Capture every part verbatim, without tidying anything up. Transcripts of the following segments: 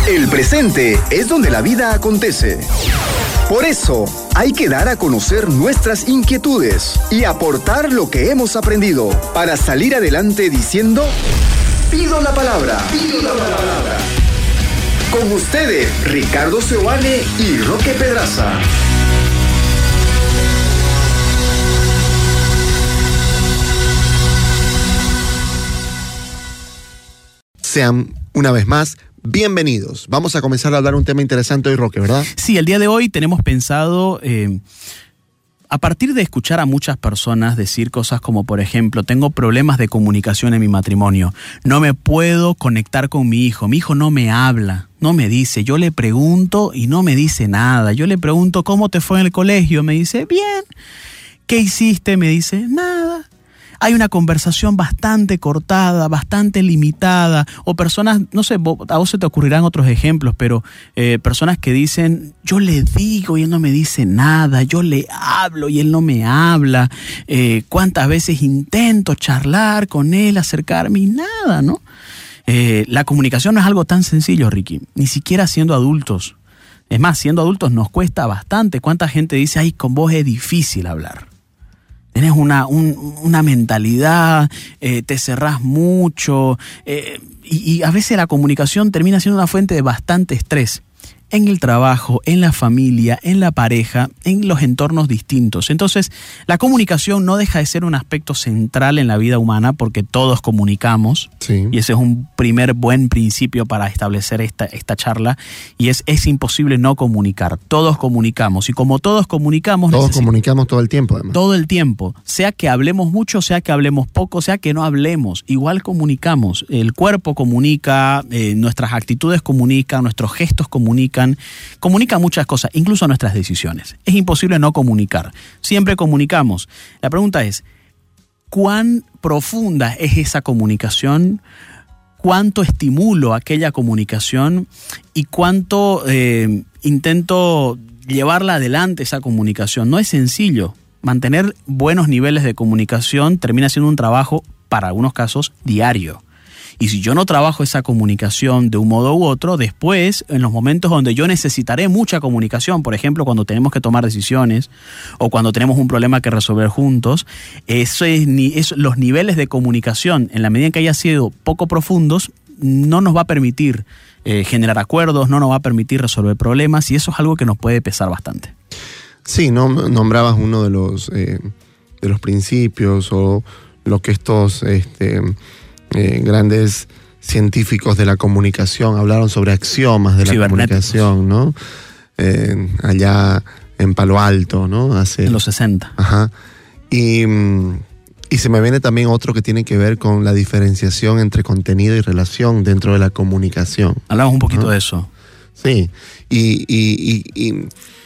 El presente es donde la vida acontece. Por eso, hay que dar a conocer nuestras inquietudes y aportar lo que hemos aprendido para salir adelante diciendo: pido la palabra. Pido la palabra. Con ustedes, Ricardo Seoane y Roque Pedraza. Sean una vez más bienvenidos. Vamos a comenzar a hablar un tema interesante hoy, Roque, ¿verdad? Sí, el día de hoy tenemos pensado, eh, a partir de escuchar a muchas personas decir cosas como, por ejemplo, tengo problemas de comunicación en mi matrimonio, no me puedo conectar con mi hijo, mi hijo no me habla, no me dice, yo le pregunto y no me dice nada, yo le pregunto cómo te fue en el colegio, me dice, bien, ¿qué hiciste? Me dice, nada. Hay una conversación bastante cortada, bastante limitada, o personas, no sé, a vos se te ocurrirán otros ejemplos, pero eh, personas que dicen, yo le digo y él no me dice nada, yo le hablo y él no me habla, eh, cuántas veces intento charlar con él, acercarme y nada, ¿no? Eh, la comunicación no es algo tan sencillo, Ricky, ni siquiera siendo adultos. Es más, siendo adultos nos cuesta bastante. ¿Cuánta gente dice, ay, con vos es difícil hablar? Tienes una, un, una mentalidad, eh, te cerrás mucho eh, y, y a veces la comunicación termina siendo una fuente de bastante estrés en el trabajo, en la familia, en la pareja, en los entornos distintos. Entonces, la comunicación no deja de ser un aspecto central en la vida humana porque todos comunicamos. Sí. Y ese es un primer buen principio para establecer esta, esta charla y es, es imposible no comunicar. Todos comunicamos y como todos comunicamos... Todos comunicamos todo el tiempo, además. Todo el tiempo. Sea que hablemos mucho, sea que hablemos poco, sea que no hablemos. Igual comunicamos. El cuerpo comunica, eh, nuestras actitudes comunican, nuestros gestos comunican, comunica muchas cosas, incluso nuestras decisiones. Es imposible no comunicar. Siempre comunicamos. La pregunta es, ¿cuán profunda es esa comunicación? ¿Cuánto estimulo aquella comunicación? ¿Y cuánto eh, intento llevarla adelante esa comunicación? No es sencillo. Mantener buenos niveles de comunicación termina siendo un trabajo, para algunos casos, diario. Y si yo no trabajo esa comunicación de un modo u otro, después, en los momentos donde yo necesitaré mucha comunicación, por ejemplo, cuando tenemos que tomar decisiones o cuando tenemos un problema que resolver juntos, eso es, es, los niveles de comunicación, en la medida en que hayan sido poco profundos, no nos va a permitir eh, generar acuerdos, no nos va a permitir resolver problemas y eso es algo que nos puede pesar bastante. Sí, ¿no? Nombrabas uno de los, eh, de los principios o lo que estos... Este, Eh, grandes científicos de la comunicación hablaron sobre axiomas de la comunicación, ¿no? Eh, allá en Palo Alto, ¿no? Hace, en los sesenta. Ajá. Y, y se me viene también otro que tiene que ver con la diferenciación entre contenido y relación dentro de la comunicación. Hablamos un poquito, ¿no?, de eso. Sí. Y, y, y, y,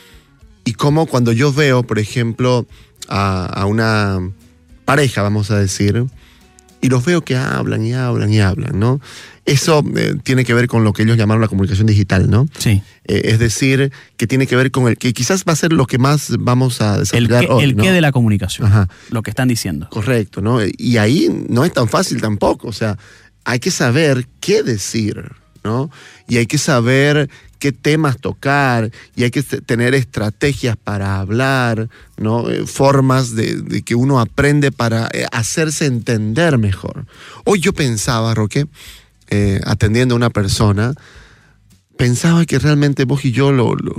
y cómo cuando yo veo, por ejemplo, a, a una pareja, vamos a decir, y los veo que hablan y hablan y hablan, ¿no? Eso eh, tiene que ver con lo que ellos llamaron la comunicación digital, ¿no? Sí. Eh, es decir, que tiene que ver con el que quizás va a ser lo que más vamos a desarrollar el que, hoy, el ¿no? qué de la comunicación. Ajá. Lo que están diciendo. Correcto, ¿no? Y ahí no es tan fácil tampoco. O sea, hay que saber qué decir, ¿no? Y hay que saber qué temas tocar y hay que tener estrategias para hablar, ¿no? Eh, formas de, de que uno aprende para eh, hacerse entender mejor. Hoy yo pensaba, Roque, eh, atendiendo a una persona, pensaba que realmente vos y yo lo, lo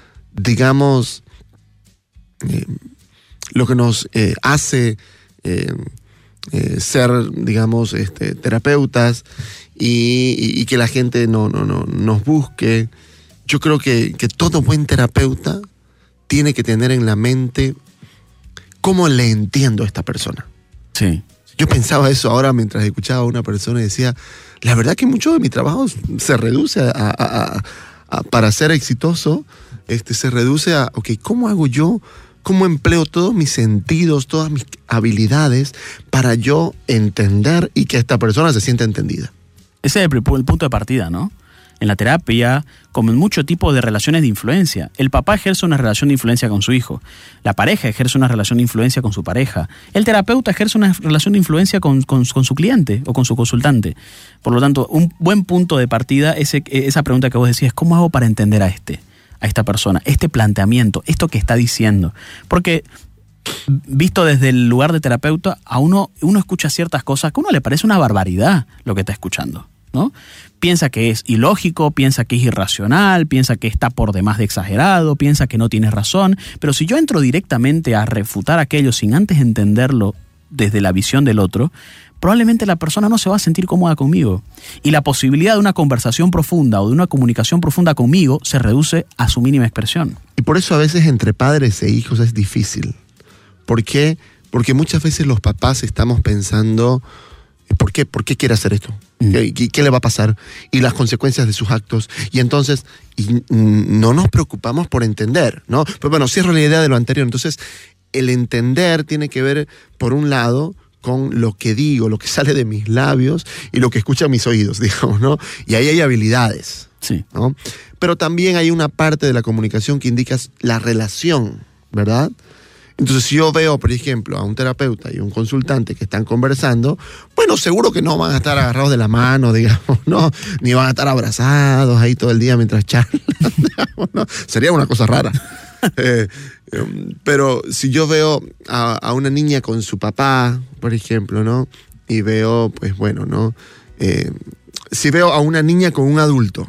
digamos, eh, lo que nos eh, hace eh, eh, ser, digamos, este, terapeutas y, y, y que la gente no, no, no, nos busque. Yo creo que, que todo buen terapeuta tiene que tener en la mente cómo le entiendo a esta persona. Sí. Yo pensaba eso ahora mientras escuchaba a una persona y decía, la verdad que mucho de mi trabajo se reduce a, a, a, a para ser exitoso, este, se reduce a, ok, ¿cómo hago yo? ¿Cómo empleo todos mis sentidos, todas mis habilidades para yo entender y que esta persona se sienta entendida? Ese es el, el punto de partida, ¿no? en la terapia, como en mucho tipo de relaciones de influencia. El papá ejerce una relación de influencia con su hijo. La pareja ejerce una relación de influencia con su pareja. El terapeuta ejerce una relación de influencia con, con, con su cliente o con su consultante. Por lo tanto, un buen punto de partida, ese, esa pregunta que vos decías, ¿cómo hago para entender a este, a esta persona, este planteamiento, esto que está diciendo? Porque visto desde el lugar de terapeuta, a uno, uno escucha ciertas cosas que a uno le parece una barbaridad lo que está escuchando, ¿no? Piensa que es ilógico, piensa que es irracional, piensa que está por demás de exagerado, piensa que no tiene razón, pero si yo entro directamente a refutar aquello sin antes entenderlo desde la visión del otro, probablemente la persona no se va a sentir cómoda conmigo. Y la posibilidad de una conversación profunda o de una comunicación profunda conmigo se reduce a su mínima expresión. Y por eso a veces entre padres e hijos es difícil. ¿Por qué? Porque muchas veces los papás estamos pensando, ¿por qué? ¿Por qué quiere hacer esto? Mm. ¿Qué, ¿Qué le va a pasar? Y las consecuencias de sus actos. Y entonces y no nos preocupamos por entender, ¿no? Pero bueno, cierro la idea de lo anterior. Entonces, el entender tiene que ver, por un lado, con lo que digo, lo que sale de mis labios y lo que escuchan mis oídos, digamos, ¿no? Y ahí hay habilidades, sí, ¿no? Pero también hay una parte de la comunicación que indica la relación, ¿verdad? Entonces, si yo veo, por ejemplo, a un terapeuta y un consultante que están conversando, bueno, seguro que no van a estar agarrados de la mano, digamos, ¿no? Ni van a estar abrazados ahí todo el día mientras charlan, digamos, ¿no? Sería una cosa rara. Eh, eh, pero si yo veo a, a una niña con su papá, por ejemplo, ¿no? Y veo, pues bueno, ¿no? Eh, si veo a una niña con un adulto,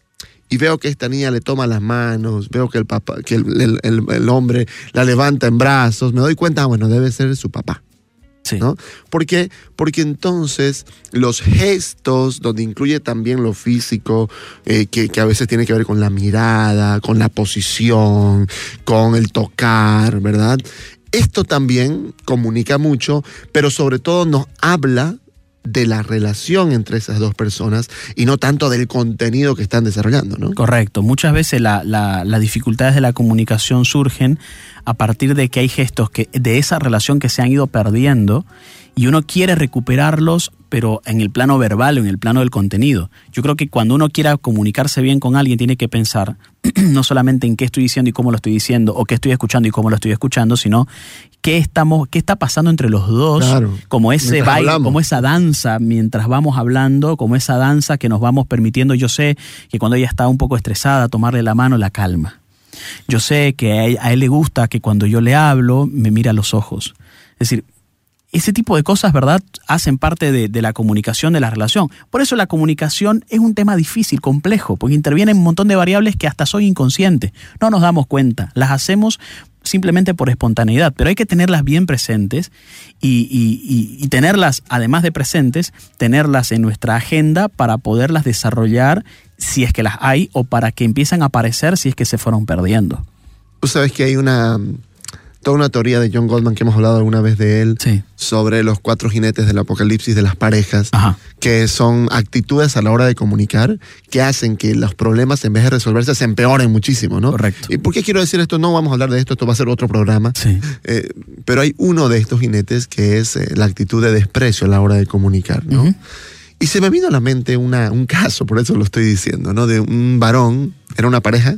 y veo que esta niña le toma las manos, veo que el papá, que el, el, el, el hombre la levanta en brazos, me doy cuenta, bueno, debe ser su papá. Sí. ¿No? ¿Por qué? Porque entonces los gestos, donde incluye también lo físico, eh, que, que a veces tiene que ver con la mirada, con la posición, con el tocar, ¿verdad? Esto también comunica mucho, pero sobre todo nos habla de la relación entre esas dos personas y no tanto del contenido que están desarrollando, ¿no? Correcto. Muchas veces la, la, las dificultades de la comunicación surgen a partir de que hay gestos que, de esa relación que se han ido perdiendo y uno quiere recuperarlos, pero en el plano verbal o en el plano del contenido. Yo creo que cuando uno quiera comunicarse bien con alguien tiene que pensar no solamente en qué estoy diciendo y cómo lo estoy diciendo, o qué estoy escuchando y cómo lo estoy escuchando, sino qué estamos, qué está pasando entre los dos, claro, como ese baile, hablamos. Como esa danza mientras vamos hablando, como esa danza que nos vamos permitiendo. Yo sé que cuando ella está un poco estresada, tomarle la mano la calma. Yo sé que a él, a él le gusta que cuando yo le hablo me mira a los ojos. Es decir, ese tipo de cosas, ¿verdad?, hacen parte de, de la comunicación, de la relación. Por eso la comunicación es un tema difícil, complejo, porque intervienen un montón de variables que hasta son inconscientes. No nos damos cuenta, las hacemos simplemente por espontaneidad, pero hay que tenerlas bien presentes y, y, y, y tenerlas, además de presentes, tenerlas en nuestra agenda para poderlas desarrollar si es que las hay o para que empiecen a aparecer si es que se fueron perdiendo. Tú sabes que hay una... toda una teoría de John Gottman que hemos hablado alguna vez de él, sí, sobre los cuatro jinetes del apocalipsis de las parejas. Ajá. Que son actitudes a la hora de comunicar que hacen que los problemas, en vez de resolverse, se empeoren muchísimo, ¿no? Correcto. ¿Y por qué quiero decir esto? No vamos a hablar de esto, esto va a ser otro programa. Sí. Eh, pero hay uno de estos jinetes que es eh, la actitud de desprecio a la hora de comunicar, ¿no? Uh-huh. Y se me vino a la mente una, un caso, por eso lo estoy diciendo, ¿no? De un varón, era una pareja,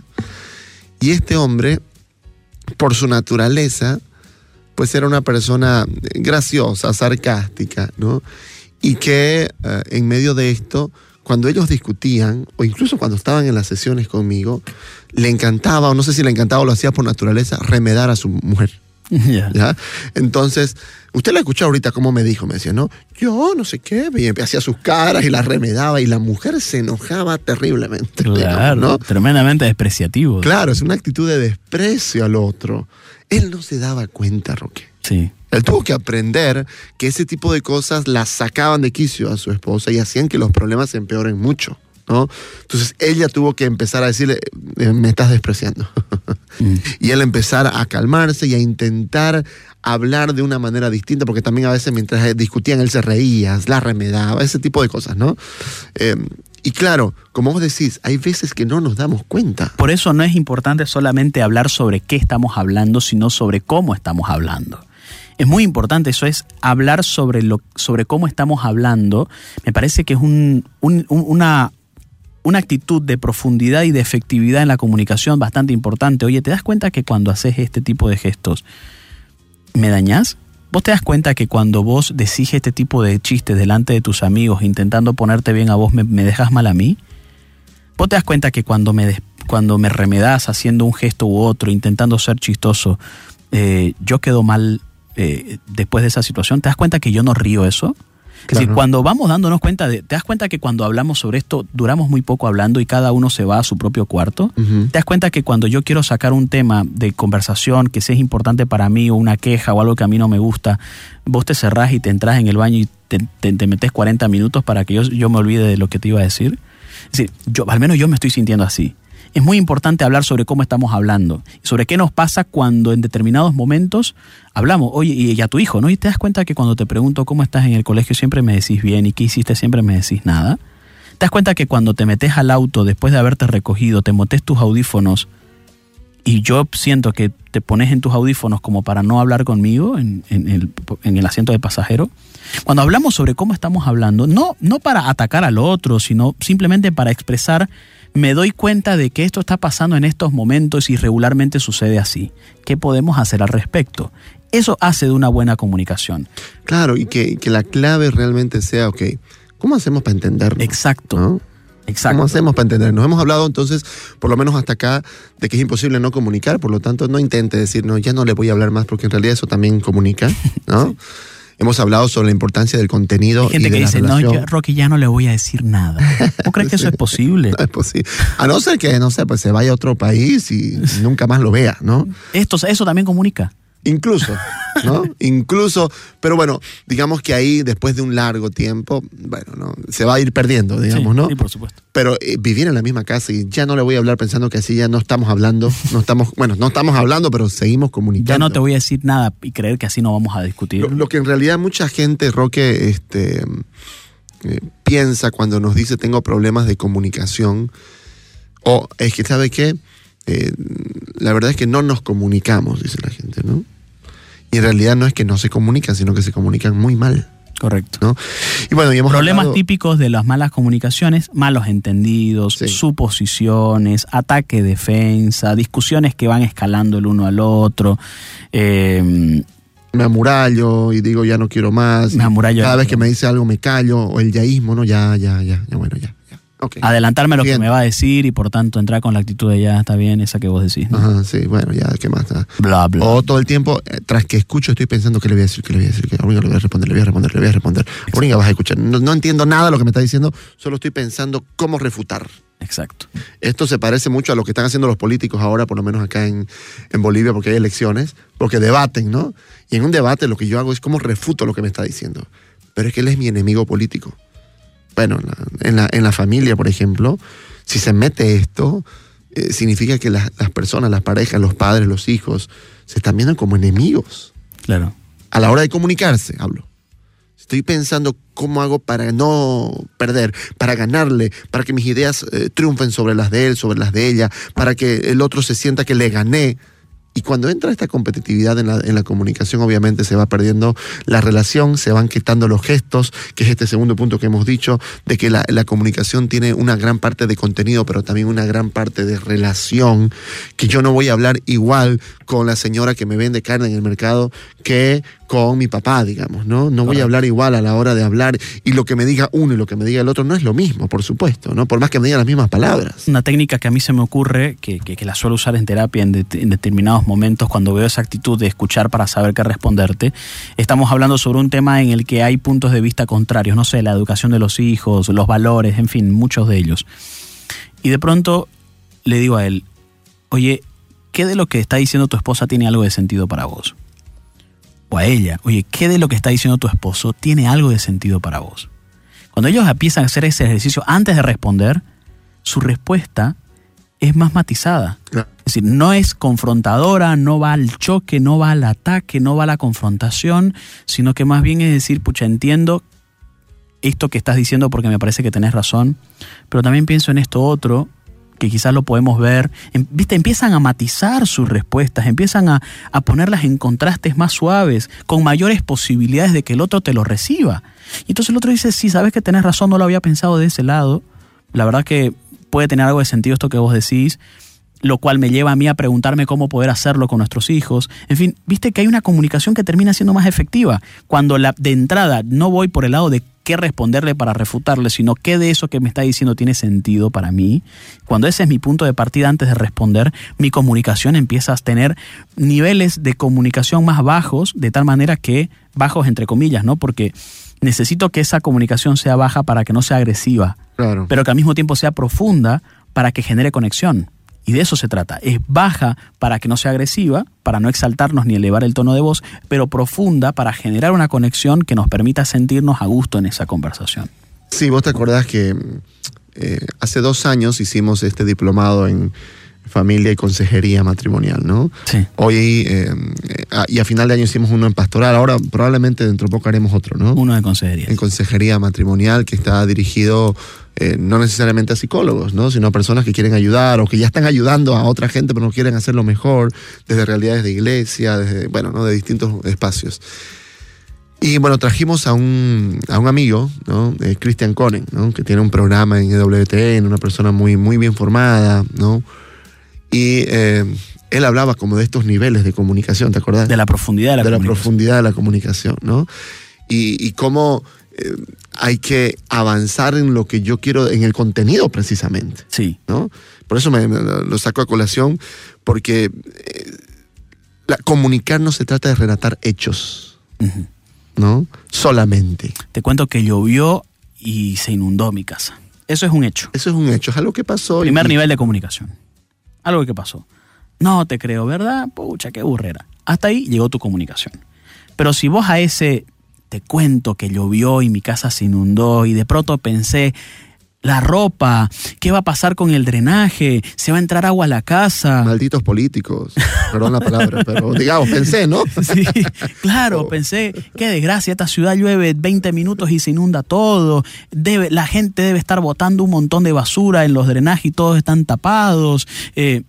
y este hombre, por su naturaleza, pues era una persona graciosa, sarcástica, ¿no? Y que uh, en medio de esto, cuando ellos discutían, o incluso cuando estaban en las sesiones conmigo, le encantaba, o no sé si le encantaba o lo hacía por naturaleza, remedar a su mujer. Yeah. ¿Ya? Entonces, usted la escuchó ahorita cómo me dijo, me decía, ¿no? Yo no sé qué, y hacía sus caras y la remedaba y la mujer se enojaba terriblemente. Claro, ¿no? Tremendamente despreciativo. Claro, es una actitud de desprecio al otro. Él no se daba cuenta, Roque. Sí. Él tuvo que aprender que ese tipo de cosas las sacaban de quicio a su esposa y hacían que los problemas se empeoren mucho, ¿no? Entonces ella tuvo que empezar a decirle, me estás despreciando. Mm. Y él empezar a calmarse y a intentar hablar de una manera distinta, porque también a veces mientras discutían él se reía, la remedaba, ese tipo de cosas, ¿no? Eh, y claro, como vos decís, hay veces que no nos damos cuenta. Por eso no es importante solamente hablar sobre qué estamos hablando, sino sobre cómo estamos hablando. Es muy importante, eso es hablar sobre, lo, sobre cómo estamos hablando. Me parece que es un, un, un, una... una actitud de profundidad y de efectividad en la comunicación bastante importante. Oye, ¿te das cuenta que cuando haces este tipo de gestos me dañás? ¿Vos te das cuenta que cuando vos decís este tipo de chistes delante de tus amigos intentando ponerte bien a vos me, me dejas mal a mí? ¿Vos te das cuenta que cuando me, des, cuando me remedás haciendo un gesto u otro, intentando ser chistoso, eh, yo quedo mal eh, después de esa situación? ¿Te das cuenta que yo no río eso? Claro. Es decir, cuando vamos dándonos cuenta, de, ¿te das cuenta que cuando hablamos sobre esto duramos muy poco hablando y cada uno se va a su propio cuarto? Uh-huh. ¿Te das cuenta que cuando yo quiero sacar un tema de conversación que sea importante para mí o una queja o algo que a mí no me gusta, vos te cerrás y te entras en el baño y te, te, te metes cuarenta minutos para que yo, yo me olvide de lo que te iba a decir? Es decir, yo, al menos yo me estoy sintiendo así. Es muy importante hablar sobre cómo estamos hablando, sobre qué nos pasa cuando en determinados momentos hablamos. Oye, y a tu hijo, ¿no? Y te das cuenta que cuando te pregunto cómo estás en el colegio siempre me decís bien y qué hiciste siempre me decís nada. Te das cuenta que cuando te metes al auto después de haberte recogido, te metes tus audífonos y yo siento que te pones en tus audífonos como para no hablar conmigo en, en, el, en el asiento de pasajero. Cuando hablamos sobre cómo estamos hablando, no, no para atacar al otro, sino simplemente para expresar: me doy cuenta de que esto está pasando en estos momentos y regularmente sucede así. ¿Qué podemos hacer al respecto? Eso hace de una buena comunicación. Claro, y que, que la clave realmente sea, ok, ¿cómo hacemos para entendernos? Exacto. ¿No? Exacto. ¿Cómo hacemos para entendernos? Hemos hablado entonces, por lo menos hasta acá, de que es imposible no comunicar, por lo tanto no intente decir, no, ya no le voy a hablar más, porque en realidad eso también comunica, ¿no? Sí. Hemos hablado sobre la importancia del contenido. Hay gente y de que la dice, relación. No, yo, Rocky, ya no le voy a decir nada. ¿Vos crees que sí. eso es posible? No es posible. A no ser que, no sé, pues se vaya a otro país y nunca más lo vea, ¿no? Esto, eso también comunica. Incluso, ¿no? Incluso, pero bueno, digamos que ahí después de un largo tiempo, bueno, ¿no? Se va a ir perdiendo, digamos, sí, ¿no? Sí, por supuesto. Pero eh, vivir en la misma casa y ya no le voy a hablar pensando que así ya no estamos hablando, no estamos, bueno, no estamos hablando, pero seguimos comunicando. Ya no te voy a decir nada y creer que así no vamos a discutir. Lo, lo que en realidad mucha gente, Roque, este, eh, piensa cuando nos dice tengo problemas de comunicación, o es que, ¿sabe qué? Eh, la verdad es que no nos comunicamos, dice la gente, ¿no? Y en realidad no es que no se comunican, sino que se comunican muy mal. Correcto. ¿No? Y bueno, y hemos Problemas hablado... típicos de las malas comunicaciones: malos entendidos, sí. suposiciones, ataque, defensa, discusiones que van escalando el uno al otro. Eh, me amurallo y digo ya no quiero más. Me amurallo. Cada vez que me dice algo me callo, o el yaísmo, no, ya, ya, ya, ya bueno, ya. Okay. Adelantarme a lo bien. que me va a decir y por tanto entrar con la actitud de ya está bien, esa que vos decís, ¿no? Ajá, sí, bueno, ya, ¿qué más? Bla, bla. O todo el tiempo, eh, tras que escucho, estoy pensando qué le voy a decir, qué le voy a decir, que ahorita le voy a responder, le voy a responder, le voy a responder. Ahorita vas a escuchar. No, no entiendo nada de lo que me está diciendo, solo estoy pensando cómo refutar. Exacto. Esto se parece mucho a lo que están haciendo los políticos ahora, por lo menos acá en, en Bolivia, porque hay elecciones, porque debaten, ¿no? Y en un debate lo que yo hago es cómo refuto lo que me está diciendo. Pero es que él es mi enemigo político. Bueno, en la, en la, en la familia, por ejemplo, si se mete esto, eh, significa que las, las personas, las parejas, los padres, los hijos, se están viendo como enemigos. Claro. A la hora de comunicarse, hablo. Estoy pensando cómo hago para no perder, para ganarle, para que mis ideas eh, triunfen sobre las de él, sobre las de ella, para que el otro se sienta que le gané. Y cuando entra esta competitividad en la, en la comunicación, obviamente se va perdiendo la relación, se van quitando los gestos, que es este segundo punto que hemos dicho, de que la, la comunicación tiene una gran parte de contenido, pero también una gran parte de relación, que yo no voy a hablar igual con la señora que me vende carne en el mercado que con mi papá, digamos, ¿no? No voy a hablar igual a la hora de hablar, y lo que me diga uno y lo que me diga el otro no es lo mismo, por supuesto, ¿no? Por más que me digan las mismas palabras. Una técnica que a mí se me ocurre, que, que, que la suelo usar en terapia en, de, en determinados momentos, cuando veo esa actitud de escuchar para saber qué responderte. Estamos hablando sobre un tema en el que hay puntos de vista contrarios, no sé, la educación de los hijos, los valores, en fin, muchos de ellos. Y de pronto le digo a él: oye, ¿qué de lo que está diciendo tu esposa tiene algo de sentido para vos? O a ella: oye, ¿qué de lo que está diciendo tu esposo tiene algo de sentido para vos? Cuando ellos empiezan a hacer ese ejercicio antes de responder, su respuesta es más matizada. Claro. Es decir, no es confrontadora, no va al choque, no va al ataque, no va a la confrontación, sino que más bien es decir: pucha, entiendo esto que estás diciendo porque me parece que tenés razón, pero también pienso en esto otro, que quizás lo podemos ver. ¿Viste? Empiezan a matizar sus respuestas, empiezan a, a ponerlas en contrastes más suaves, con mayores posibilidades de que el otro te lo reciba. Y entonces el otro dice: sí, sabes que tenés razón, no lo había pensado de ese lado. La verdad que puede tener algo de sentido esto que vos decís, lo cual me lleva a mí a preguntarme cómo poder hacerlo con nuestros hijos. En fin, viste que hay una comunicación que termina siendo más efectiva. Cuando la, de entrada no voy por el lado de qué responderle para refutarle, sino qué de eso que me está diciendo tiene sentido para mí. Cuando ese es mi punto de partida antes de responder, mi comunicación empieza a tener niveles de comunicación más bajos, de tal manera que, bajos entre comillas, ¿no? Porque necesito que esa comunicación sea baja para que no sea agresiva, Claro. pero que al mismo tiempo sea profunda para que genere conexión. Y de eso se trata. Es baja para que no sea agresiva, para no exaltarnos ni elevar el tono de voz, pero profunda para generar una conexión que nos permita sentirnos a gusto en esa conversación. Sí, vos te acordás que eh, hace dos años hicimos este diplomado en familia y consejería matrimonial, ¿no? Sí. Hoy, eh, eh, y a final de año hicimos uno en pastoral, ahora probablemente dentro de poco haremos otro, ¿no? Uno de consejería. En consejería matrimonial, que está dirigido eh, no necesariamente a psicólogos, ¿no? Sino a personas que quieren ayudar o que ya están ayudando a otra gente pero no quieren hacerlo mejor, desde realidades de iglesia, desde, bueno, ¿no? De distintos espacios. Y bueno, trajimos a un, a un amigo, ¿no? Eh, Christian Konen, ¿no? Que tiene un programa en E W T N, una persona muy, muy bien formada, ¿no? Y eh, él hablaba como de estos niveles de comunicación, ¿te acordás? De la profundidad de la de la comunicación. profundidad de la comunicación, ¿no? Y, y cómo eh, hay que avanzar en lo que yo quiero, en el contenido precisamente, Sí. ¿no? Por eso me, me lo saco a colación, porque eh, la, comunicar no se trata de relatar hechos, Uh-huh. ¿no? Solamente. Te cuento que llovió y se inundó mi casa. Eso es un hecho. Eso es un hecho, es algo que pasó. Primer y, nivel de comunicación. Algo que pasó. No te creo, ¿verdad? Pucha, qué burrera. Hasta ahí llegó tu comunicación. Pero si vos a ese te cuento que llovió y mi casa se inundó y de pronto pensé, la ropa, ¿qué va a pasar con el drenaje? ¿Se va a entrar agua a la casa? Malditos políticos, perdón la palabra, pero digamos, pensé, ¿no? Sí, claro, Oh. pensé, qué desgracia, esta ciudad llueve veinte minutos y se inunda todo, debe, la gente debe estar botando un montón de basura en los drenajes y todos están tapados. Eh,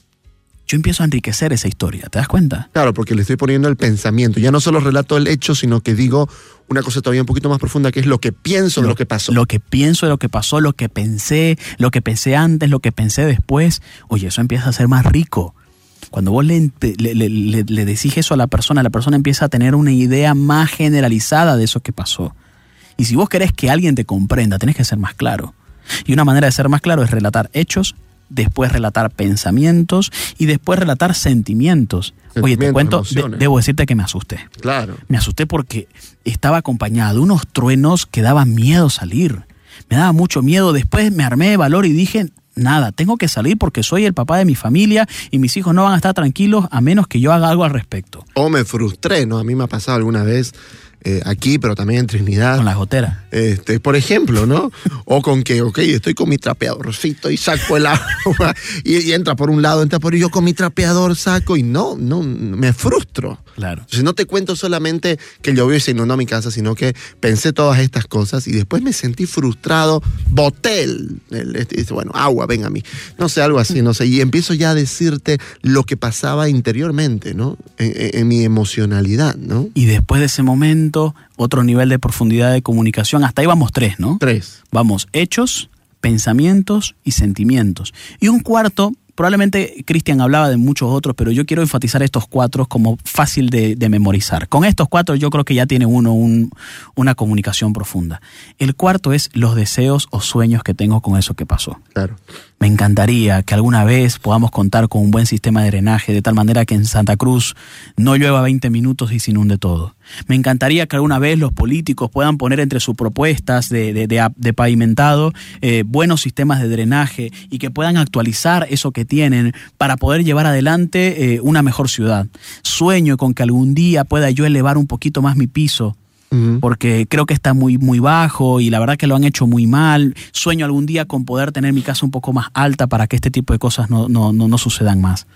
yo empiezo a enriquecer esa historia, ¿te das cuenta? Claro, porque le estoy poniendo el pensamiento. Ya no solo relato el hecho, sino que digo una cosa todavía un poquito más profunda, que es lo que pienso de lo que pasó. Lo que pienso de lo que pasó, lo que pensé, lo que pensé antes, lo que pensé después. Oye, eso empieza a ser más rico. Cuando vos le, le, le, le, le decís eso a la persona, la persona empieza a tener una idea más generalizada de eso que pasó. Y si vos querés que alguien te comprenda, tenés que ser más claro. Y una manera de ser más claro es relatar hechos, después relatar pensamientos y después relatar sentimientos. Oye, te Sentimientos, cuento, de- emociones. debo decirte que me asusté. Claro. Me asusté porque estaba acompañada de unos truenos que daban miedo salir. Me daba mucho miedo. Después me armé de valor y dije, nada, tengo que salir porque soy el papá de mi familia y mis hijos no van a estar tranquilos a menos que yo haga algo al respecto. O me frustré, ¿no? A mí me ha pasado alguna vez eh, aquí, pero también en Trinidad. Con las goteras. Este, por ejemplo, ¿no? O con que, ok, estoy con mi trapeadorcito y saco el agua y, y entra por un lado, entra por y yo con mi trapeador saco y no, no, me frustro. Claro. Entonces no te cuento solamente que llovió y se inundó mi casa, sino que pensé todas estas cosas y después me sentí frustrado, boté el, el- este, este, bueno, agua, ven a mí. No sé, algo así, no sé. Y empiezo ya a decirte lo que pasaba interiormente, ¿no? En, en- en mi emocionalidad, ¿no? Y después de ese momento, otro nivel de profundidad de comunicación. Hasta ahí vamos tres, ¿no? Tres. Vamos, hechos, pensamientos y sentimientos. Y un cuarto, probablemente Cristian hablaba de muchos otros, pero yo quiero enfatizar estos cuatro como fácil de, de memorizar. Con estos cuatro yo creo que ya tiene uno un, una comunicación profunda. El cuarto es los deseos o sueños que tengo con eso que pasó. Claro. Me encantaría que alguna vez podamos contar con un buen sistema de drenaje, de tal manera que en Santa Cruz no llueva veinte minutos y se inunde todo. Me encantaría que alguna vez los políticos puedan poner entre sus propuestas de, de, de, de pavimentado eh, buenos sistemas de drenaje y que puedan actualizar eso que tienen para poder llevar adelante eh, una mejor ciudad. Sueño con que algún día pueda yo elevar un poquito más mi piso, Ujú. porque creo que está muy, muy bajo y la verdad que lo han hecho muy mal. Sueño algún día con poder tener mi casa un poco más alta para que este tipo de cosas no, no, no, no sucedan más.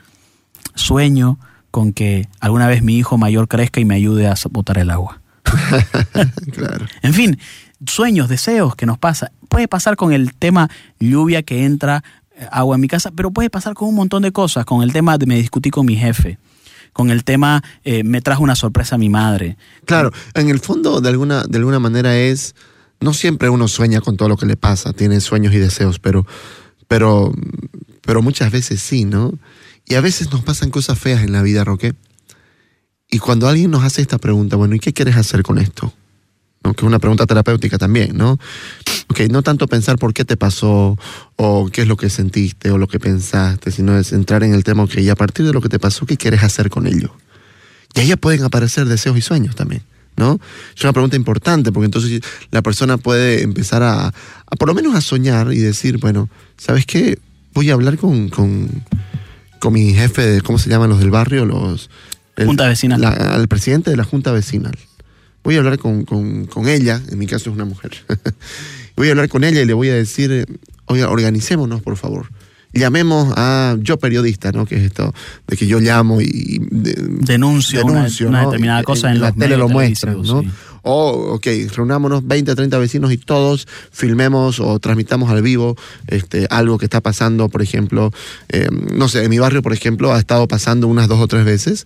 Sueño con que alguna vez mi hijo mayor crezca y me ayude a botar el agua. Claro. En fin, sueños, deseos que nos pasa. Puede pasar con el tema lluvia que entra, eh, agua en mi casa, pero puede pasar con un montón de cosas. Con el tema de me discutí con mi jefe. Con el tema eh, me trajo una sorpresa a mi madre. Claro, en el fondo, de alguna, de alguna manera es, no siempre uno sueña con todo lo que le pasa, tiene sueños y deseos, pero pero, pero muchas veces sí, ¿no? Y a veces nos pasan cosas feas en la vida, Roque. Y cuando alguien nos hace esta pregunta, bueno, ¿y qué quieres hacer con esto? ¿No? Que es una pregunta terapéutica también, ¿no? Ok, no tanto pensar por qué te pasó, o qué es lo que sentiste, o lo que pensaste, sino es entrar en el tema, ok, y a partir de lo que te pasó, ¿qué quieres hacer con ello? Y ahí pueden aparecer deseos y sueños también, ¿no? Es una pregunta importante, porque entonces la persona puede empezar a, a por lo menos a soñar y decir, bueno, ¿sabes qué? Voy a hablar con, con, con mi jefe, de, ¿cómo se llaman los del barrio? Los... El, Junta vecinal. La, al presidente de la Junta Vecinal. Voy a hablar con, con, con ella, en mi caso es una mujer. Voy a hablar con ella y le voy a decir, oiga, organicémonos, por favor. Llamemos a yo periodista, ¿no? Que es esto de que yo llamo y de, denuncio, denuncio una, ¿no? una determinada cosa en, en la los tele lo muestran, televisivos, ¿no? Sí. O, ok, reunámonos veinte, treinta vecinos y todos filmemos o transmitamos al vivo este, algo que está pasando, por ejemplo, eh, no sé, en mi barrio, por ejemplo, ha estado pasando unas dos o tres veces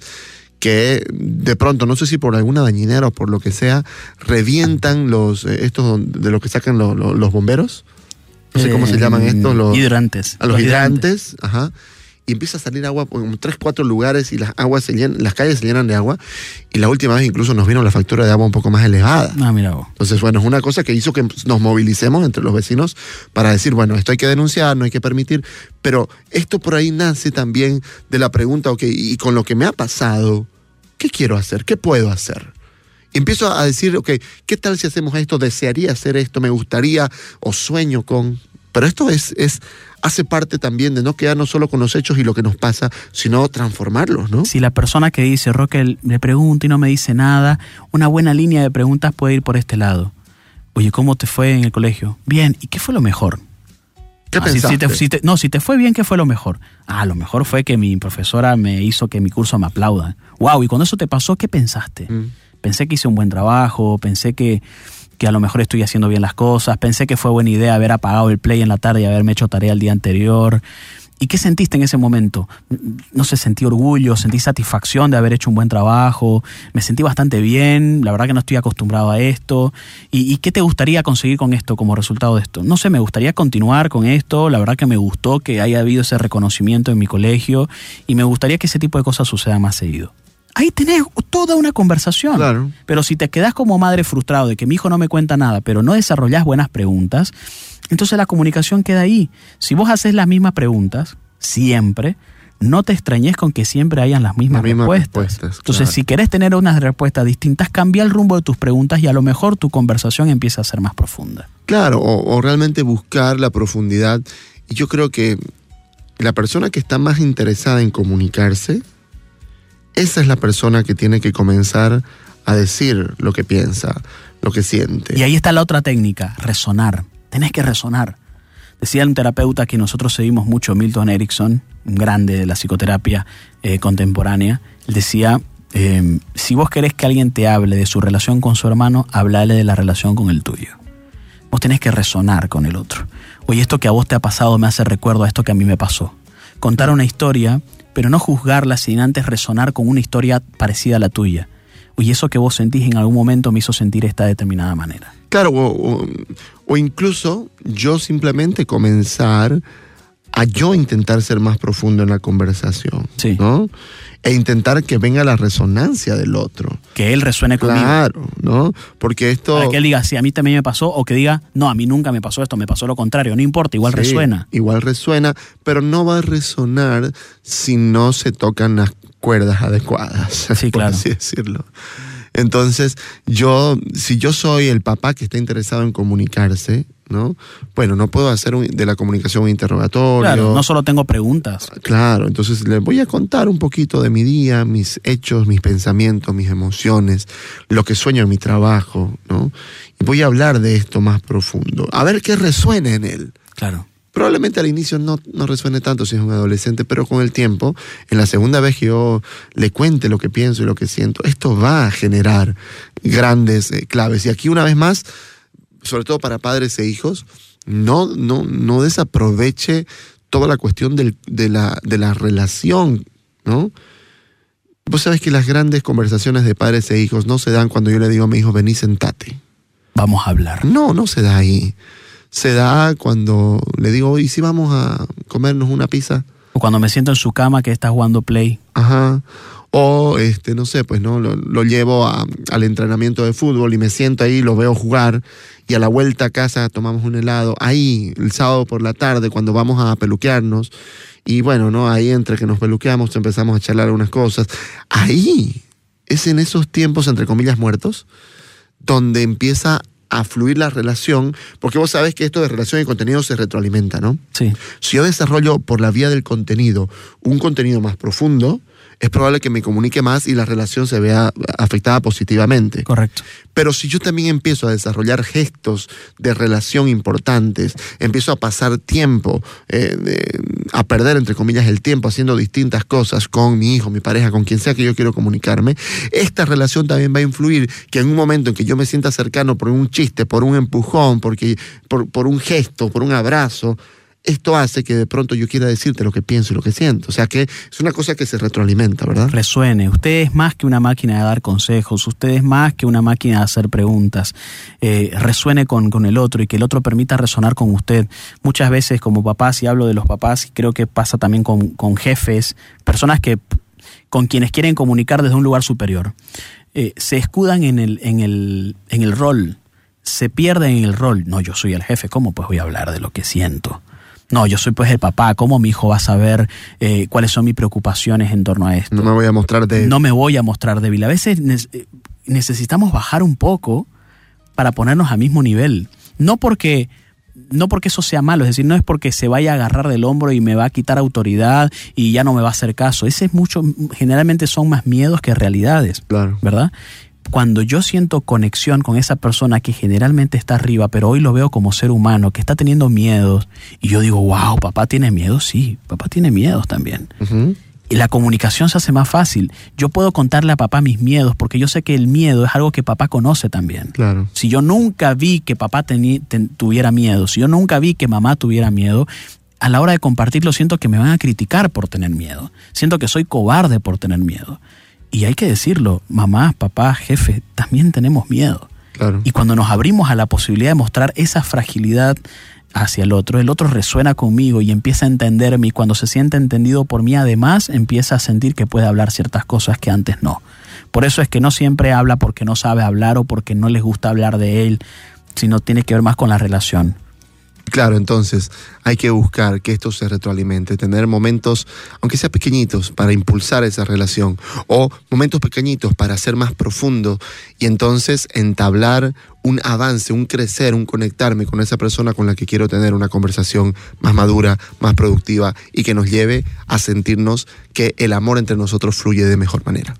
que de pronto, no sé si por alguna dañinera o por lo que sea, revientan los, eh, estos de lo que sacan lo, lo, los bomberos. No sé cómo se llaman estos. Los hidrantes. A los, los hidrantes, hidrantes, ajá. Y empieza a salir agua por como tres, cuatro lugares y las aguas se llenan, las calles se llenan de agua. Y la última vez incluso nos vino la factura de agua un poco más elevada. Ah, mira vos. Entonces, bueno, es una cosa que hizo que nos movilicemos entre los vecinos para decir, bueno, esto hay que denunciar, no hay que permitir. Pero esto por ahí nace también de la pregunta, ok, y con lo que me ha pasado, ¿qué quiero hacer? ¿Qué puedo hacer? Y empiezo a decir, ok, ¿qué tal si hacemos esto? ¿Desearía hacer esto? ¿Me gustaría? ¿O sueño con...? Pero esto es, es, hace parte también de no quedarnos solo con los hechos y lo que nos pasa, sino transformarlos, ¿no? Si la persona que dice, Roque, le pregunta y no me dice nada, una buena línea de preguntas puede ir por este lado. Oye, ¿cómo te fue en el colegio? Bien, ¿y qué fue lo mejor? ¿Qué ah, pensaste? Si, si te, si te, no, si te fue bien, ¿qué fue lo mejor? Ah, lo mejor fue que mi profesora me hizo que mi curso me aplauda. Wow, y cuando eso te pasó, ¿qué pensaste? Mm. Pensé que hice un buen trabajo, pensé que... que a lo mejor estoy haciendo bien las cosas, pensé que fue buena idea haber apagado el play en la tarde y haberme hecho tarea el día anterior. ¿Y qué sentiste en ese momento? No sé, sentí orgullo, sentí satisfacción de haber hecho un buen trabajo, me sentí bastante bien, la verdad que no estoy acostumbrado a esto. ¿Y, y qué te gustaría conseguir con esto como resultado de esto? No sé, me gustaría continuar con esto, la verdad que me gustó que haya habido ese reconocimiento en mi colegio y me gustaría que ese tipo de cosas sucedan más seguido. Ahí tenés toda una conversación. Claro. Pero si te quedás como madre frustrado de que mi hijo no me cuenta nada, pero no desarrollás buenas preguntas, entonces la comunicación queda ahí. Si vos haces las mismas preguntas, siempre, no te extrañes con que siempre hayan las mismas, las mismas respuestas. respuestas. Entonces, claro. Si querés tener unas respuestas distintas, cambia el rumbo de tus preguntas y a lo mejor tu conversación empieza a ser más profunda. Claro, o, o realmente buscar la profundidad. Y yo creo que la persona que está más interesada en comunicarse, esa es la persona que tiene que comenzar a decir lo que piensa, lo que siente. Y ahí está la otra técnica, resonar. Tenés que resonar. Decía un terapeuta que nosotros seguimos mucho, Milton Erickson, un grande de la psicoterapia eh, contemporánea. Él decía, eh, si vos querés que alguien te hable de su relación con su hermano, hablale de la relación con el tuyo. Vos tenés que resonar con el otro. Oye, esto que a vos te ha pasado me hace recuerdo a esto que a mí me pasó. Contar una historia, pero no juzgarla sin antes resonar con una historia parecida a la tuya. Oye, eso que vos sentís en algún momento me hizo sentir esta determinada manera. Claro, o, o, o incluso yo simplemente comenzar a yo intentar ser más profundo en la conversación, sí. ¿no? E intentar que venga la resonancia del otro. Que él resuene conmigo. Claro, ¿no? Porque esto... Para que él diga, sí, a mí también me pasó, o que diga, no, a mí nunca me pasó esto, me pasó lo contrario, no importa, igual sí, resuena. Igual resuena, pero no va a resonar si no se tocan las cuerdas adecuadas, sí, por claro. así decirlo. Entonces, yo, si yo soy el papá que está interesado en comunicarse, ¿no? Bueno, no puedo hacer un, de la comunicación un interrogatorio. Claro, no solo tengo preguntas. Claro, entonces les voy a contar un poquito de mi día, mis hechos, mis pensamientos, mis emociones, lo que sueño en mi trabajo, ¿no? Y voy a hablar de esto más profundo, a ver qué resuene en él. Claro. Probablemente al inicio no, no resuene tanto si es un adolescente, pero con el tiempo, en la segunda vez que yo le cuente lo que pienso y lo que siento, esto va a generar grandes eh, claves. Y aquí una vez más, sobre todo para padres e hijos, no, no, no desaproveche toda la cuestión del, de, la, de la relación, ¿no? Vos sabés que las grandes conversaciones de padres e hijos no se dan cuando yo le digo a mi hijo, vení, sentate. Vamos a hablar. No, no se da ahí. se da cuando le digo, oye, ¿sí vamos a comernos una pizza? O cuando me siento en su cama que está jugando Play. Ajá. O, este, no sé, pues no, lo, lo llevo a, al entrenamiento de fútbol y me siento ahí, lo veo jugar y a la vuelta a casa tomamos un helado. Ahí, el sábado por la tarde, cuando vamos a peluquearnos y bueno, ¿no? Ahí entre que nos peluqueamos empezamos a charlar unas cosas. Ahí es en esos tiempos, entre comillas, muertos, donde empieza a fluir la relación, porque vos sabés que esto de relación y contenido se retroalimenta, ¿no? Sí. Si yo desarrollo por la vía del contenido un contenido más profundo, es probable que me comunique más y la relación se vea afectada positivamente. Correcto. Pero si yo también empiezo a desarrollar gestos de relación importantes, empiezo a pasar tiempo, eh, de, a perder, entre comillas, el tiempo haciendo distintas cosas con mi hijo, mi pareja, con quien sea que yo quiero comunicarme, esta relación también va a influir que en un momento en que yo me sienta cercano por un chiste, por un empujón, porque, por, por un gesto, por un abrazo, esto hace que de pronto yo quiera decirte lo que pienso y lo que siento. O sea que es una cosa que se retroalimenta, ¿verdad? Resuene. Usted es más que una máquina de dar consejos, usted es más que una máquina de hacer preguntas. Eh, resuene con, con el otro y que el otro permita resonar con usted. Muchas veces como papás, y hablo de los papás, y creo que pasa también con, con jefes, personas que con quienes quieren comunicar desde un lugar superior, eh, se escudan en el, en el, en el rol, se pierden en el rol. No, yo soy el jefe, ¿cómo pues voy a hablar de lo que siento? No, yo soy pues el papá, ¿cómo mi hijo va a saber eh, cuáles son mis preocupaciones en torno a esto? No me voy a mostrar débil. No me voy a mostrar débil. A veces ne- necesitamos bajar un poco para ponernos al mismo nivel. No porque, no porque eso sea malo, es decir, no es porque se vaya a agarrar del hombro y me va a quitar autoridad y ya no me va a hacer caso. Ese es mucho, generalmente son más miedos que realidades, Claro. ¿verdad? Cuando yo siento conexión con esa persona que generalmente está arriba, pero hoy lo veo como ser humano, que está teniendo miedos, y yo digo, wow, papá tiene miedo, sí, papá tiene miedos también. Uh-huh. Y la comunicación se hace más fácil. Yo puedo contarle a papá mis miedos, porque yo sé que el miedo es algo que papá conoce también. Claro. Si yo nunca vi que papá teni- ten- tuviera miedo, si yo nunca vi que mamá tuviera miedo, a la hora de compartirlo siento que me van a criticar por tener miedo. Siento que soy cobarde por tener miedo. Y hay que decirlo, mamá, papá, jefe, también tenemos miedo. Claro. Y cuando nos abrimos a la posibilidad de mostrar esa fragilidad hacia el otro, el otro resuena conmigo y empieza a entenderme, y cuando se siente entendido por mí, además empieza a sentir que puede hablar ciertas cosas que antes no. Por eso es que no siempre habla porque no sabe hablar o porque no les gusta hablar de él, sino tiene que ver más con la relación. Claro, entonces hay que buscar que esto se retroalimente, tener momentos, aunque sea pequeñitos, para impulsar esa relación, o momentos pequeñitos para ser más profundo y entonces entablar un avance, un crecer, un conectarme con esa persona con la que quiero tener una conversación más madura, más productiva y que nos lleve a sentirnos que el amor entre nosotros fluye de mejor manera.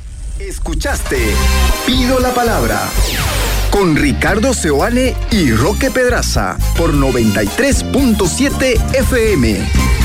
Escuchaste Pido la Palabra con Ricardo Seoane y Roque Pedraza por noventa y tres punto siete F M.